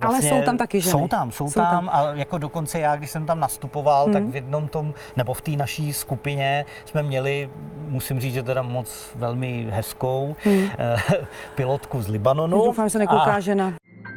Ale jsou tam taky ženy. Jsou tam a jako dokonce já, když jsem tam nastupoval, tak v jednom tom, nebo v té naší skupině jsme měli, musím říct, že teda moc velmi hezkou pilotku z Libanonu. Doufám, že se nekouká žena.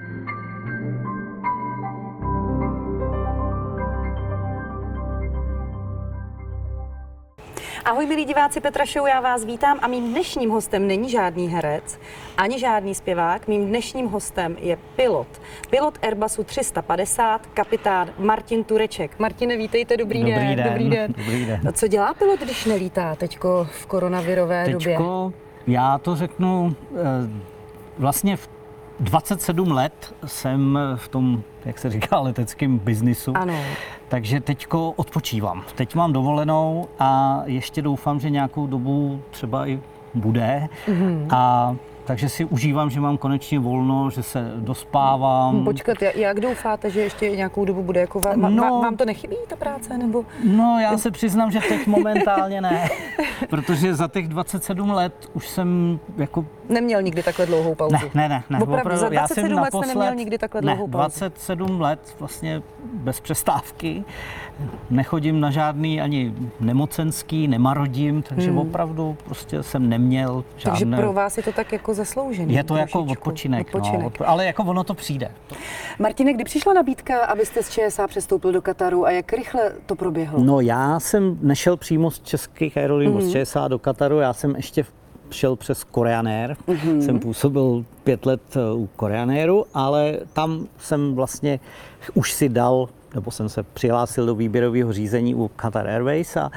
Ahoj milí diváci Petra Show, já vás vítám a mým dnešním hostem není žádný herec, ani žádný zpěvák. Mým dnešním hostem je pilot. Pilot Airbusu 350, kapitán Martin Tureček. Martine, vítejte, dobrý den. Dobrý den. No, co dělá pilot, když nelítá teďko v koronavirové době? Já to řeknu, vlastně v 27 let jsem v tom, jak se říká, leteckém biznisu. Ano. Takže teďko odpočívám. Teď mám dovolenou a ještě doufám, že nějakou dobu třeba i bude. A takže si užívám, že mám konečně volno, že se dospávám. Počkat, jak doufáte, že ještě nějakou dobu bude? Jako vám to nechybí, ta práce? Nebo? No, já se přiznám, že teď momentálně ne. Protože za těch 27 let už jsem jako... Neměl nikdy takhle dlouhou pauzu? Ne. Opravdu, za 27 let jste neměl nikdy takhle dlouhou pauzu? 27 let vlastně bez přestávky. Nechodím na žádný ani nemocenský, nemarodím, takže opravdu prostě jsem neměl žádné... Takže pro vás je to tak jako zasloužený? Je to jako odpočinek. No, ale jako ono to přijde. Martine, kdy přišla nabídka, abyste z ČSA přestoupil do Kataru a jak rychle to proběhlo? No, já jsem nešel přímo z českých aerolín z ČSA do Kataru, já jsem ještě šel přes Korean Air. Jsem působil 5 let u Korean Airu, ale tam jsem vlastně už si dal, nebo jsem se přihlásil do výběrového řízení u Qatar Airways a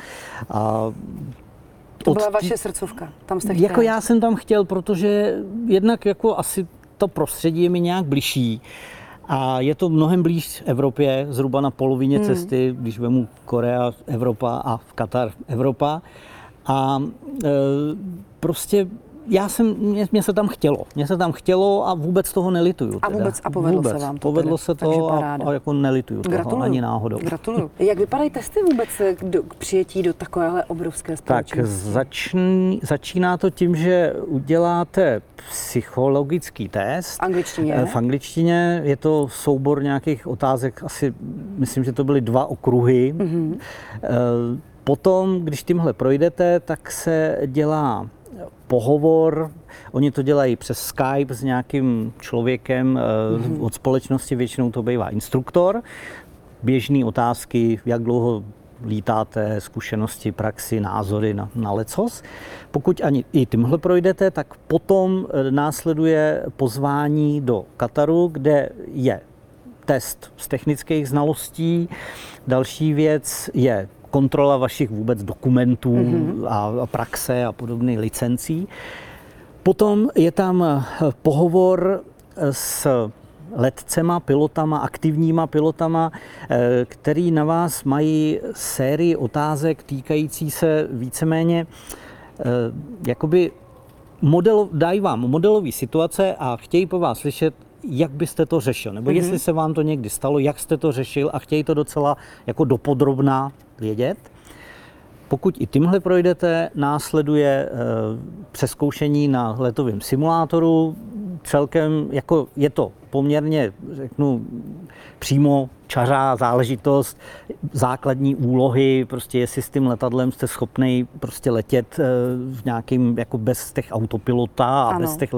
to byla vaše srdcovka, tam jste chtěl? Jako já jsem tam chtěl, protože jednak jako asi to prostředí je mi nějak bližší a je to mnohem blíž Evropě, zhruba na polovině cesty, když vemu Korea, Evropa a v Katar Evropa. A prostě mě se tam chtělo a vůbec toho nelituju. A povedlo se vám to? Povedlo se to a jako nelituju toho ani náhodou. Gratuluju. Jak vypadají testy vůbec k přijetí do takovéhle obrovské společnosti? Tak začíná to tím, že uděláte psychologický test. V angličtině je to soubor nějakých otázek, asi myslím, že to byly 2 okruhy. Potom, když tímhle projdete, tak se dělá pohovor. Oni to dělají přes Skype s nějakým člověkem od společnosti, většinou to bývá instruktor. Běžné otázky, jak dlouho lítáte, zkušenosti, praxi, názory na lecos. Pokud ani i tímhle projdete, tak potom následuje pozvání do Kataru, kde je test z technických znalostí. Další věc je kontrola vašich vůbec dokumentů a praxe a podobných licencí. Potom je tam pohovor s letcema, pilotama, aktivníma pilotama, který na vás mají sérii otázek týkající se víceméně jakoby dají vám modelové situace a chtějí po vás slyšet, jak byste to řešil, nebo jestli se vám to někdy stalo, jak jste to řešil a chtějí to docela jako dopodrobna vědět. Pokud i tímhle projdete, následuje přezkoušení na letovém simulátoru. Celkem jako je to poměrně, řeknu, přímo čařá záležitost, základní úlohy, prostě jestli s tím letadlem jste schopný prostě letět v nějakým, jako bez těch autopilota a bez těch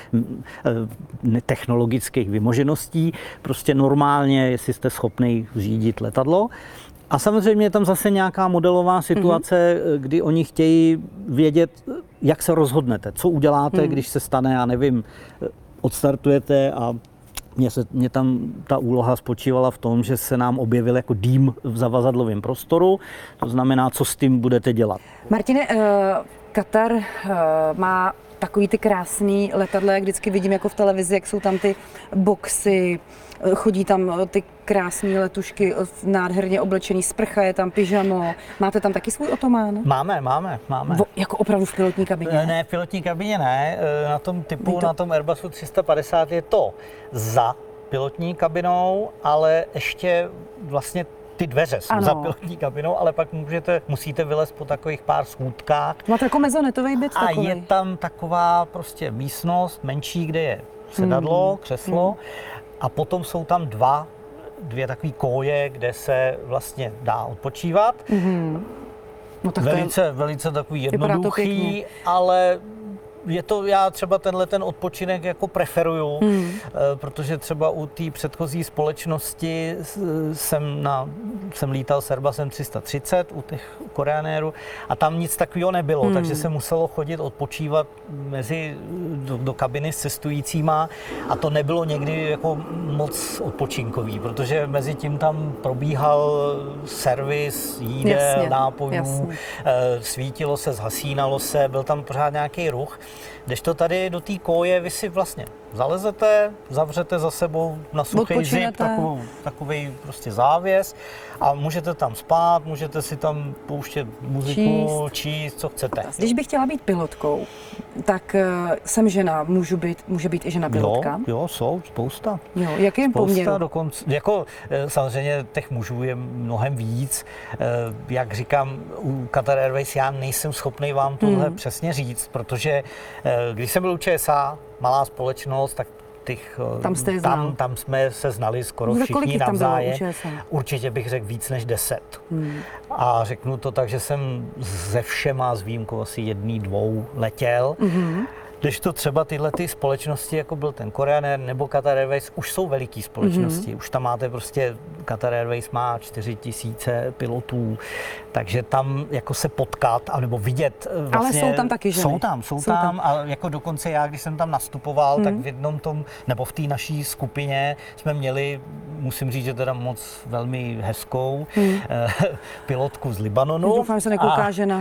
technologických vymožeností, prostě normálně, jestli jste schopný řídit letadlo. A samozřejmě je tam zase nějaká modelová situace, kdy oni chtějí vědět, jak se rozhodnete, co uděláte, když se stane, já nevím, odstartujete a mě tam ta úloha spočívala v tom, že se nám objevil jako dým v zavazadlovém prostoru, to znamená, co s tím budete dělat. Martine, Katar má takový ty krásný letadla, jak vždycky vidím jako v televizi, jak jsou tam ty boxy, chodí tam ty krásné letušky, nádherně oblečený, sprcha je tam, pyžamo. Máte tam taky svůj otomán? Máme. Jako opravdu v pilotní kabině? Ne, v pilotní kabině ne. Na tom typu, na tom Airbusu 350 je to za pilotní kabinou, ale ještě vlastně ty dveře jsou za pilotní kabinou, ale pak musíte vylézt po takových pár schůdkách. Máte jako mezonetový byt takový? A je tam taková prostě místnost menší, kde je sedadlo, křeslo a potom jsou tam dvě takové koje, kde se vlastně dá odpočívat. No, tak Velice takový jednoduchý, ale je to, já třeba ten odpočinek jako preferuju, protože třeba u té předchozí společnosti jsem lítal s Airbusem 330 u těch Koreanérů a tam nic takového nebylo, takže se muselo chodit odpočívat do kabiny s cestujícíma a to nebylo někdy jako moc odpočinkový, protože mezi tím tam probíhal servis jídel, nápojů, svítilo se, zhasínalo se, byl tam pořád nějaký ruch. Kdežto tady do té koje vy si vlastně zalezete, zavřete za sebou na suchý zip takový prostě závěs a můžete tam spát, můžete si tam pouštět muziku, číst, co chcete. Když bych chtěla být pilotkou, tak jsem žena, může být i žena pilotka? Jo, jsou spousta. Jo, jaký je poměr? Dokonce, jako samozřejmě těch mužů je mnohem víc. Jak říkám, u Qatar Airways já nejsem schopný vám tohle přesně říct, protože když jsem byl u ČSA, malá společnost, tak tam jsme se znali skoro všichni navzájem. Určitě bych řekl víc než 10. A řeknu to tak, že jsem ze všema s výjimkou asi 1-2 letěl. Když to třeba tyhle společnosti, jako byl ten Koreaner nebo Qatar Airways, už jsou veliký společnosti. Už tam máte prostě, Qatar Airways má 4000 pilotů, takže tam jako se potkat, anebo vidět vlastně. Ale jsou tam taky ženy. Jsou tam. A jako dokonce já, když jsem tam nastupoval, tak v jednom nebo v té naší skupině jsme měli, musím říct, že teda moc velmi hezkou pilotku z Libanonu. Doufám, že se nekouká žena.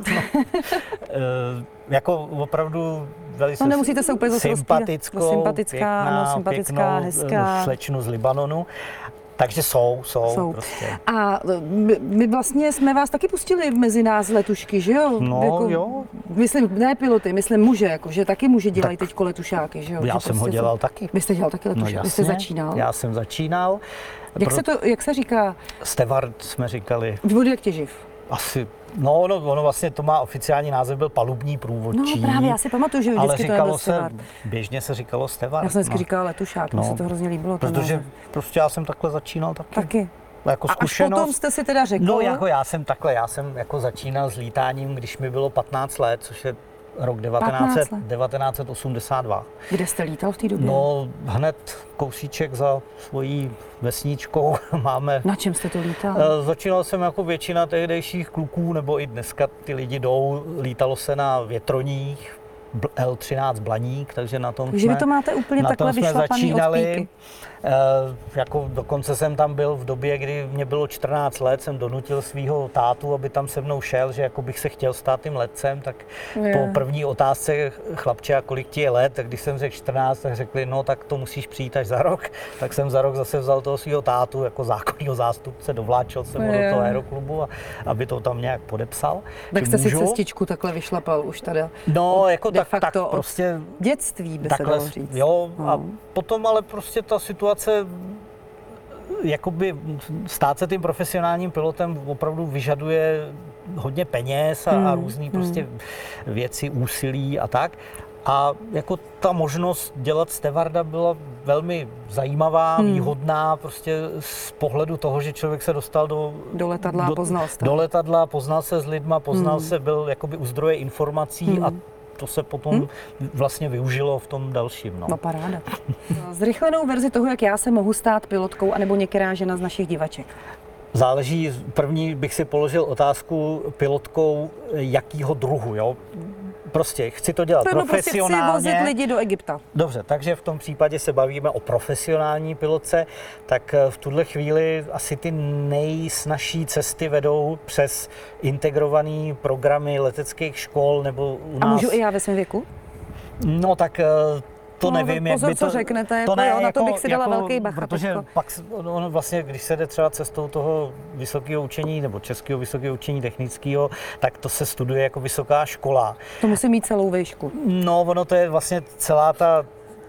Jako opravdu velice nemusíte se úplně sympatická, sympatická, hezká slečnu z Libanonu. Takže jsou. Prostě. A my vlastně jsme vás taky pustili mezi nás letušky, že jo? No jo. Myslím, ne piloty, myslím muže, jako, že taky muži dělají teď letušáky, že jo? Já jsem ho dělal taky. Vy jste dělal taky letušák, no, vy jste začínal? Já jsem začínal. Jak se říká? Steward jsme říkali. Budu jak těživ. Asi. No, ono vlastně to má oficiální název, byl palubní průvodčí. No právě, já si pamatuju, že vždycky to nebyl steward. Běžně se říkalo steward. Já jsem vždycky říkala letušák, mně se to hrozně líbilo. Protože prostě já jsem takhle začínal taky. Jako zkušenost. A až potom jste si teda řekl? No jako já jsem jako začínal s lítáním, když mi bylo 15 let, což je rok 1982. Kde jste lítal v té době? No hned kousíček za svojí vesničkou máme. Na čem jste to lítal? Začínal jsem jako většina tehdejších kluků, nebo i dneska ty lidi jdou, lítalo se na větroních, L13 Blaník, takže na tom Takže vy to máte úplně takhle vyšlapaný od píky. Jako dokonce jsem tam byl v době, kdy mě bylo 14 let, jsem donutil svého tátu, aby tam se mnou šel, že jako bych se chtěl stát tím letcem, tak po první otázce chlapče, a kolik ti je let, tak když jsem řekl 14, tak řekli, no tak to musíš přijít až za rok, tak jsem za rok zase vzal toho svého tátu jako zákonného zástupce, dovláčel jsem ho do toho aeroklubu, aby to tam nějak podepsal. Tak jste si cestičku takhle vyšlapal už tady. No, jako tak prostě dětství by se dalo říct. Jo, a potom ale prostě ta situace, jakoby stát se tím profesionálním pilotem opravdu vyžaduje hodně peněz a různý prostě věci, úsilí a tak. A jako ta možnost dělat stewarda byla velmi zajímavá, výhodná, prostě z pohledu toho, že člověk se dostal do letadla a poznal se. Do letadla, poznal se s lidma, poznal se, byl jakoby u zdroje informací a to se potom vlastně využilo v tom dalším. No paráda. Zrychlenou verzi toho, jak já se mohu stát pilotkou, anebo některá žena z našich divaček. Záleží, první bych si položil otázku pilotkou jakýho druhu, jo? Prostě chci to dělat profesionálně. Prostě chci vozit lidi do Egypta. Dobře, takže v tom případě se bavíme o profesionální pilotce, tak v tuhle chvíli asi ty nejsnažší cesty vedou přes integrované programy leteckých škol nebo u nás. A můžu i já ve svém věku? No tak to nevím, pozor, jak by to... co řeknete, to ne, jo, na to bych si dala velký bacha. Protože pak ono vlastně, když se jde třeba cestou toho vysokého učení nebo českého vysokého učení technického, tak to se studuje jako vysoká škola. To musí mít celou výšku. No, ono to je vlastně celá ta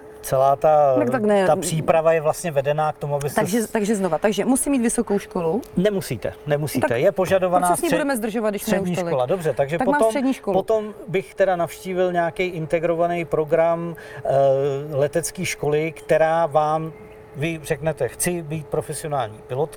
příprava je vlastně vedená k tomu, aby se... Takže znova, musí mít vysokou školu? Nemusíte. Tak je požadovaná proč se s ní budeme zdržovat, když střední škola. Dobře, takže tak potom bych teda navštívil nějaký integrovaný program letecké školy, která vám vy řeknete, chci být profesionální pilotka,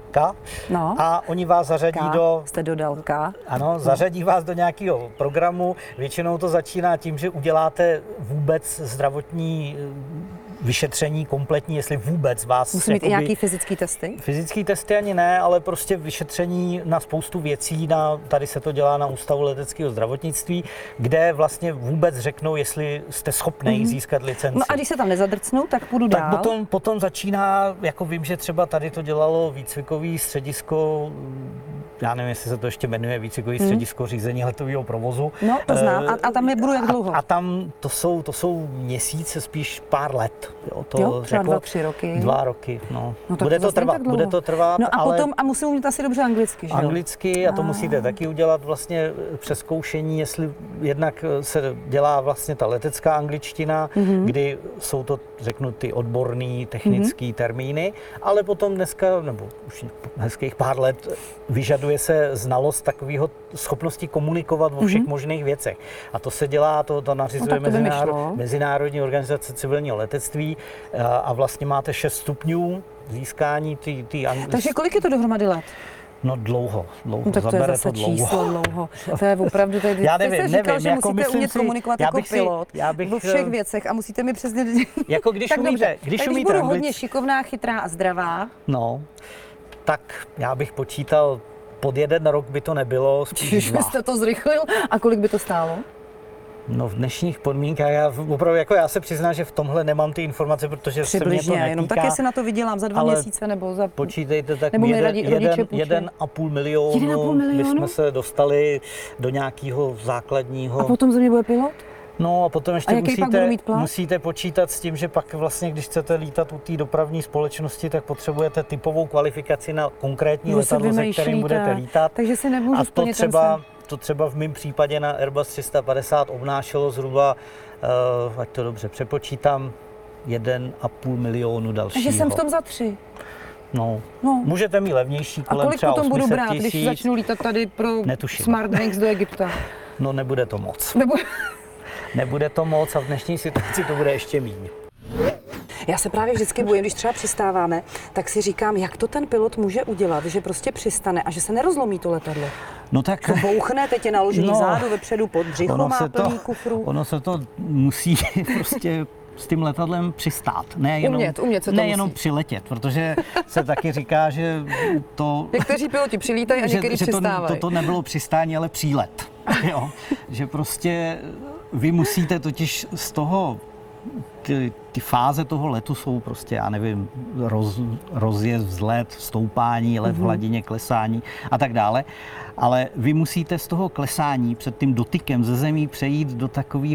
No. a oni vás zařadí Jste dodal K. Ano, zařadí vás do nějakého programu. Většinou to začíná tím, že uděláte vůbec zdravotní vyšetření kompletní, jestli vůbec vás... Musí mít i nějaký fyzický testy? Fyzický testy ani ne, ale prostě vyšetření na spoustu věcí. Tady se to dělá na Ústavu leteckého zdravotnictví, kde vlastně vůbec řeknou, jestli jste schopný získat licenci. No a když se tam nezadrcnou, tak půjdu tak dál. Potom začíná, jako vím, že třeba tady to dělalo výcvikový středisko, já nevím, jestli se to ještě jmenuje výcvikový středisko řízení letového provozu. No, to znám. A tam je budu jak dlouho? A tam to jsou měsíce, spíš pár let. Jo, třeba 2-3 roky. 2 roky, no. No Bude to trvat, no a ale potom, a musím mluvit asi dobře anglicky, že jo? Anglicky, a to musíte taky udělat vlastně přezkoušení, jestli jednak se dělá vlastně ta letecká angličtina, kdy jsou to, řeknu, ty odborný technický termíny, ale potom dneska, nebo už hezkých pár let, vyžaduje se znalost takového schopnosti komunikovat o všech možných věcech. A to se dělá, to nařizuje Mezinárodní organizace civilního letectví a vlastně máte 6 stupňů získání ty angličtiny. Takže kolik je to dohromady let? No dlouho. No, tak to je zase číslo dlouho. To je opravdu, já nevím, říkal, že jako musíte umět komunikovat jako pilot vo všech věcech a musíte mi přesně... Jako když když budu hodně šikovná, chytrá a zdravá. No, tak já bych počítal, pod 1 rok by to nebylo, spíš 2. Jste to zrychlil a kolik by to stálo? No v dnešních podmínkách, já se přiznám, že v tomhle nemám ty informace, protože se mě to netýká. Jenom tak, jestli na to vydělám za 2 měsíce nebo za... Počítejte, tak nebo 1,5 milionu bychom se dostali do nějakého základního... A potom ze mě bude pilot? No a potom ještě musíte počítat s tím, že pak vlastně, když chcete lítat u té dopravní společnosti, tak potřebujete typovou kvalifikaci na konkrétní letadlo, se kterým budete lítat. Takže si nemůžu a to třeba v mém případě na Airbus 350 obnášelo zhruba, ať to dobře přepočítám, 1,5 milionu dalšího. Takže jsem v tom za 3. No. Můžete mít levnější kolem třeba 800 000. A kolik potom budu brát, když začnu lítat tady pro Smartwings do Egypta? No nebude to moc. Nebude to moc a v dnešní situaci to bude ještě míň. Já se právě vždycky bojím, když třeba přistáváme, tak si říkám, jak to ten pilot může udělat, že prostě přistane a že se nerozlomí to letadlo. No tak... To bouchne, teď je naložený vzadu, vepředu, pod břicho, má plný kufru. Ono se to musí prostě s tím letadlem přistát. Nejenom přiletět, protože se taky říká, že to... Někteří piloti přilítají a někteří přistávají. To nebylo přistání, ale přílet. Jo? Že prostě vy musíte totiž z toho, ty fáze toho letu jsou prostě, já nevím, rozjezd, vzlet, stoupání, let v hladině, klesání a tak dále. Ale vy musíte z toho klesání před tím dotykem ze zemí přejít do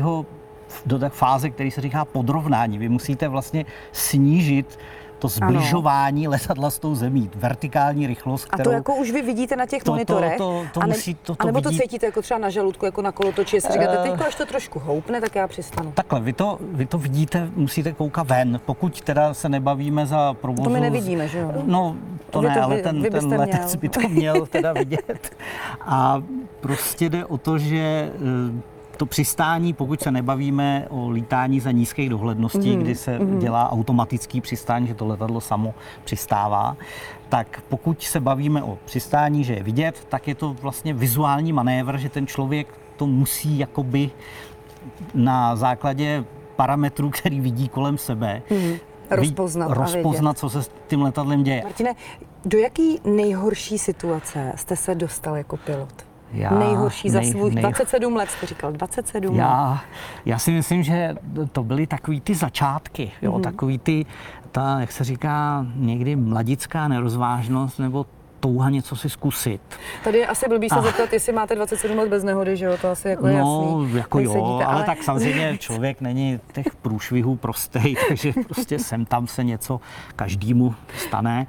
tak fáze, který se říká podrovnání. Vy musíte vlastně snížit to zbližování letadla s tou zemí, vertikální rychlost, kterou... A to jako už vy vidíte na těch monitorech? Nebo to cítíte jako třeba na žaludku, jako na kolotoči, jestli říkáte, teď až to trošku houpne, tak já přistanu. Takhle, vy to vidíte, musíte koukat ven, pokud teda se nebavíme za provozu... To my nevidíme, že jo? No, to ne, ale ten letec by to měl teda vidět. A prostě jde o to, že to přistání, pokud se nebavíme o lítání za nízkých dohledností, kdy se dělá automatický přistání, že to letadlo samo přistává, tak pokud se bavíme o přistání, že je vidět, tak je to vlastně vizuální manévr, že ten člověk to musí jakoby na základě parametrů, který vidí kolem sebe, rozpoznat, co se s tím letadlem děje. Martine, do jaký nejhorší situace jste se dostal jako pilot? Nejhorší za svůj 27 let, jste říkal, 27 let. Já si myslím, že to byly takový ty začátky, jo, takový jak se říká, někdy mladická nerozvážnost nebo touha něco si zkusit. Tady je asi blbý se zeptat, jestli máte 27 let bez nehody, že jo, to asi jako je jasný. No, jako jo, ale tak samozřejmě člověk není těch průšvihů prostej, takže prostě sem tam se něco každému stane.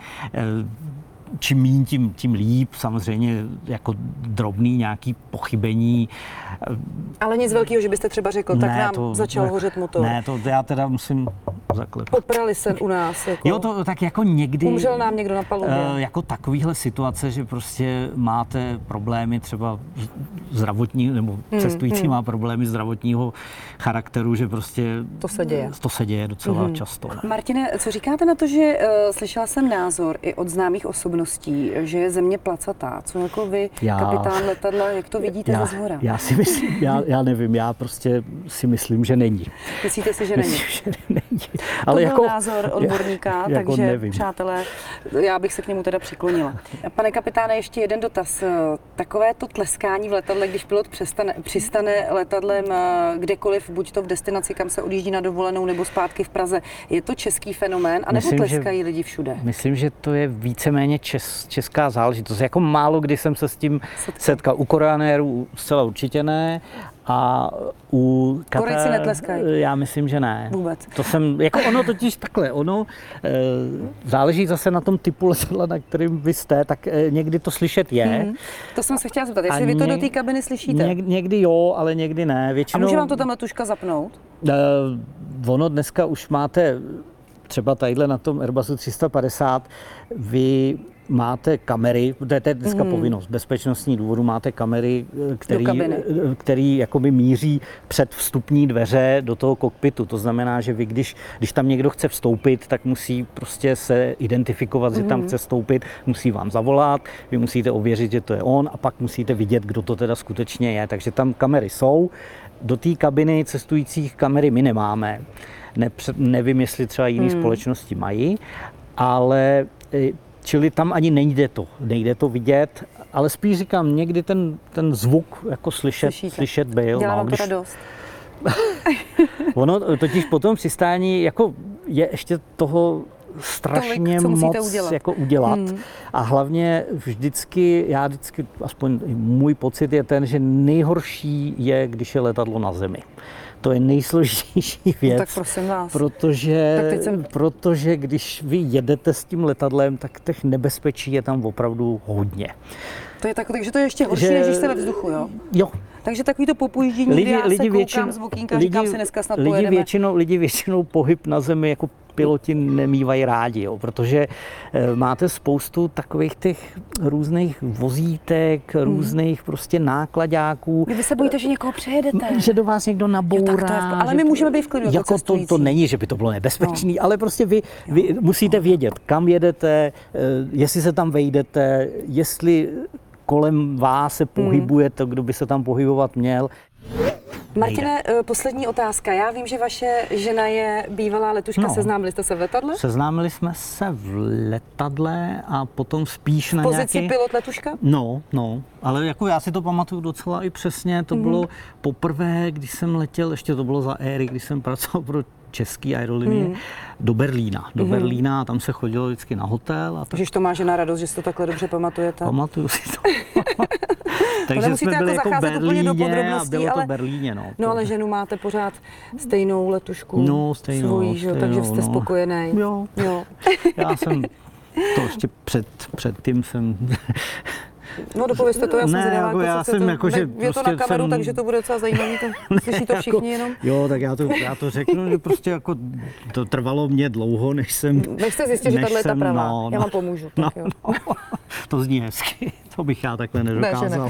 Čím míň, tím líp, samozřejmě jako drobný nějaký pochybení. Ale nic velkého, že byste třeba řekl, tak nám začal hořet motor. Ne, to já teda musím zaklepat. Poprali se u nás. Jako. Jo, to tak jako někdy... Umřel nám někdo na palubě. Jako takovýhle situace, že prostě máte problémy třeba zdravotní, nebo cestující má problémy zdravotního charakteru, že prostě... To se děje docela často. Martine, co říkáte na to, že slyšela jsem názor i od známých osobností, že je Země placatá? Co jako vy, kapitán letadla, jak to vidíte ze zhora? Já si myslím, já nevím, já prostě si myslím, že není. Myslíte si, že není? Myslím, že není. Ale to byl názor odborníka, jako takže nevím. Přátelé, já bych se k němu teda přiklonila. Pane kapitáne, ještě jeden dotaz. Takové to tleskání v letadle, když pilot přistane letadlem kdekoliv, buď to v destinaci, kam se odjíždí na dovolenou, nebo zpátky v Praze, je to český fenomén, anebo tleskají lidi všude? Myslím, že to je víceméně česká záležitost. Jako málo kdy jsem se s tím setkal. U Koreanérů zcela určitě ne. A u Korejci netleskají? Já myslím, že ne. Vůbec. To jsem, jako ono totiž takhle, záleží zase na tom typu letadla, na kterým vy jste, tak někdy to slyšet je. To jsem se chtěla zeptat, jestli vy to do té kabiny slyšíte? Někdy jo, ale někdy ne. Většinou, a může vám to tam letuška zapnout? Ono dneska už máte, třeba tadyhle na tom Airbusu 350, vy máte kamery, to je dneska povinnost, bezpečnostní důvodu, máte kamery, který jakoby míří před vstupní dveře do toho kokpitu. To znamená, že vy, když tam někdo chce vstoupit, tak musí prostě se identifikovat, že tam chce vstoupit, musí vám zavolat, vy musíte ověřit, že to je on a pak musíte vidět, kdo to teda skutečně je. Takže tam kamery jsou. Do té kabiny cestujících kamery my nemáme. Nevím, jestli třeba jiné společnosti mají, ale čili tam ani nejde to vidět, ale spíš říkám, někdy ten zvuk jako slyšet byl. Dělá vám to radost. Ono totiž po tom přistání jako je ještě toho strašně moc jako udělat. A hlavně vždycky, aspoň můj pocit je ten, že nejhorší je, když je letadlo na zemi. To je nejsložitější věc, tak prosím vás. Protože když vy jedete s tím letadlem, tak těch nebezpečí je tam opravdu hodně. To je takže to je ještě horší, než když jste ve vzduchu, jo? Jo. Takže takový to popůjíždění, kdy já se koukám z okýnka, říkám si dneska snad pojedeme. Lidi většinou pohyb na zemi jako piloti nemývají rádi, jo, protože máte spoustu takových těch různých vozítek, různých prostě nákladáků. Vy se bojíte, že někoho přejedete. Že do vás někdo nabourá. Ale my můžeme být v klidu jako cestující. To není, že by to bylo nebezpečné, ale prostě vy musíte vědět, kam jedete, jestli se tam vejdete, jestli kolem vás se pohybuje to, kdo by se tam pohybovat měl. Martine, poslední otázka. Já vím, že vaše žena je bývalá letuška. Seznámili jste se v letadle? Seznámili jsme se v letadle a potom spíš na pozici pilot letuška? No, ale jako já si to pamatuju docela i přesně. To bylo poprvé, když jsem letěl, ještě to bylo za éry, když jsem pracoval pro český aerolinie, do Berlína. Berlína a tam se chodilo vždycky na hotel. Takže to má žena radost, že si to takhle dobře pamatujete? Pamatuju si to. Takže jsme byli jako v Berlíně a bylo to Berlíně. No ale ženu máte pořád stejnou letušku. No, stejnou. Takže jste spokojený. Jo. Já jsem to ještě předtím jsem... No dopovězte to, já jsem zvědavá. Jako já jsem jako, že je to na kameru, takže to bude docela zajímavý, slyší to všichni jenom. Jo, tak já to řeknu, že prostě jako to trvalo mě dlouho, než jste zjistil, že tahle je ta pravá. Já vám pomůžu. To zní hezky, to bych já takhle nedokázal.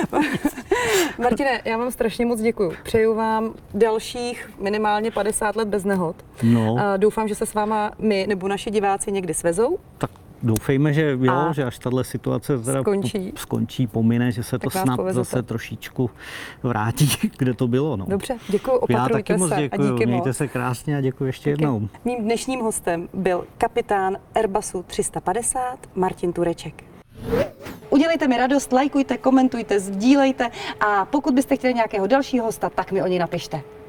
Martine, já vám strašně moc děkuju. Přeju vám dalších minimálně 50 let bez nehod. Doufám, že se s váma my nebo naši diváci někdy svezou. Tak doufejme, že jo, že až tahle situace skončí, pomine, že se to snad zase trošičku vrátí, kde to bylo. No. Dobře, děkuji, opatrujte se a díky moc. Mějte se krásně a děkuji ještě jednou. Mým dnešním hostem byl kapitán Airbusu 350 Martin Tureček. Udělejte mi radost, lajkujte, komentujte, sdílejte a pokud byste chtěli nějakého dalšího hosta, tak mi o něj napište.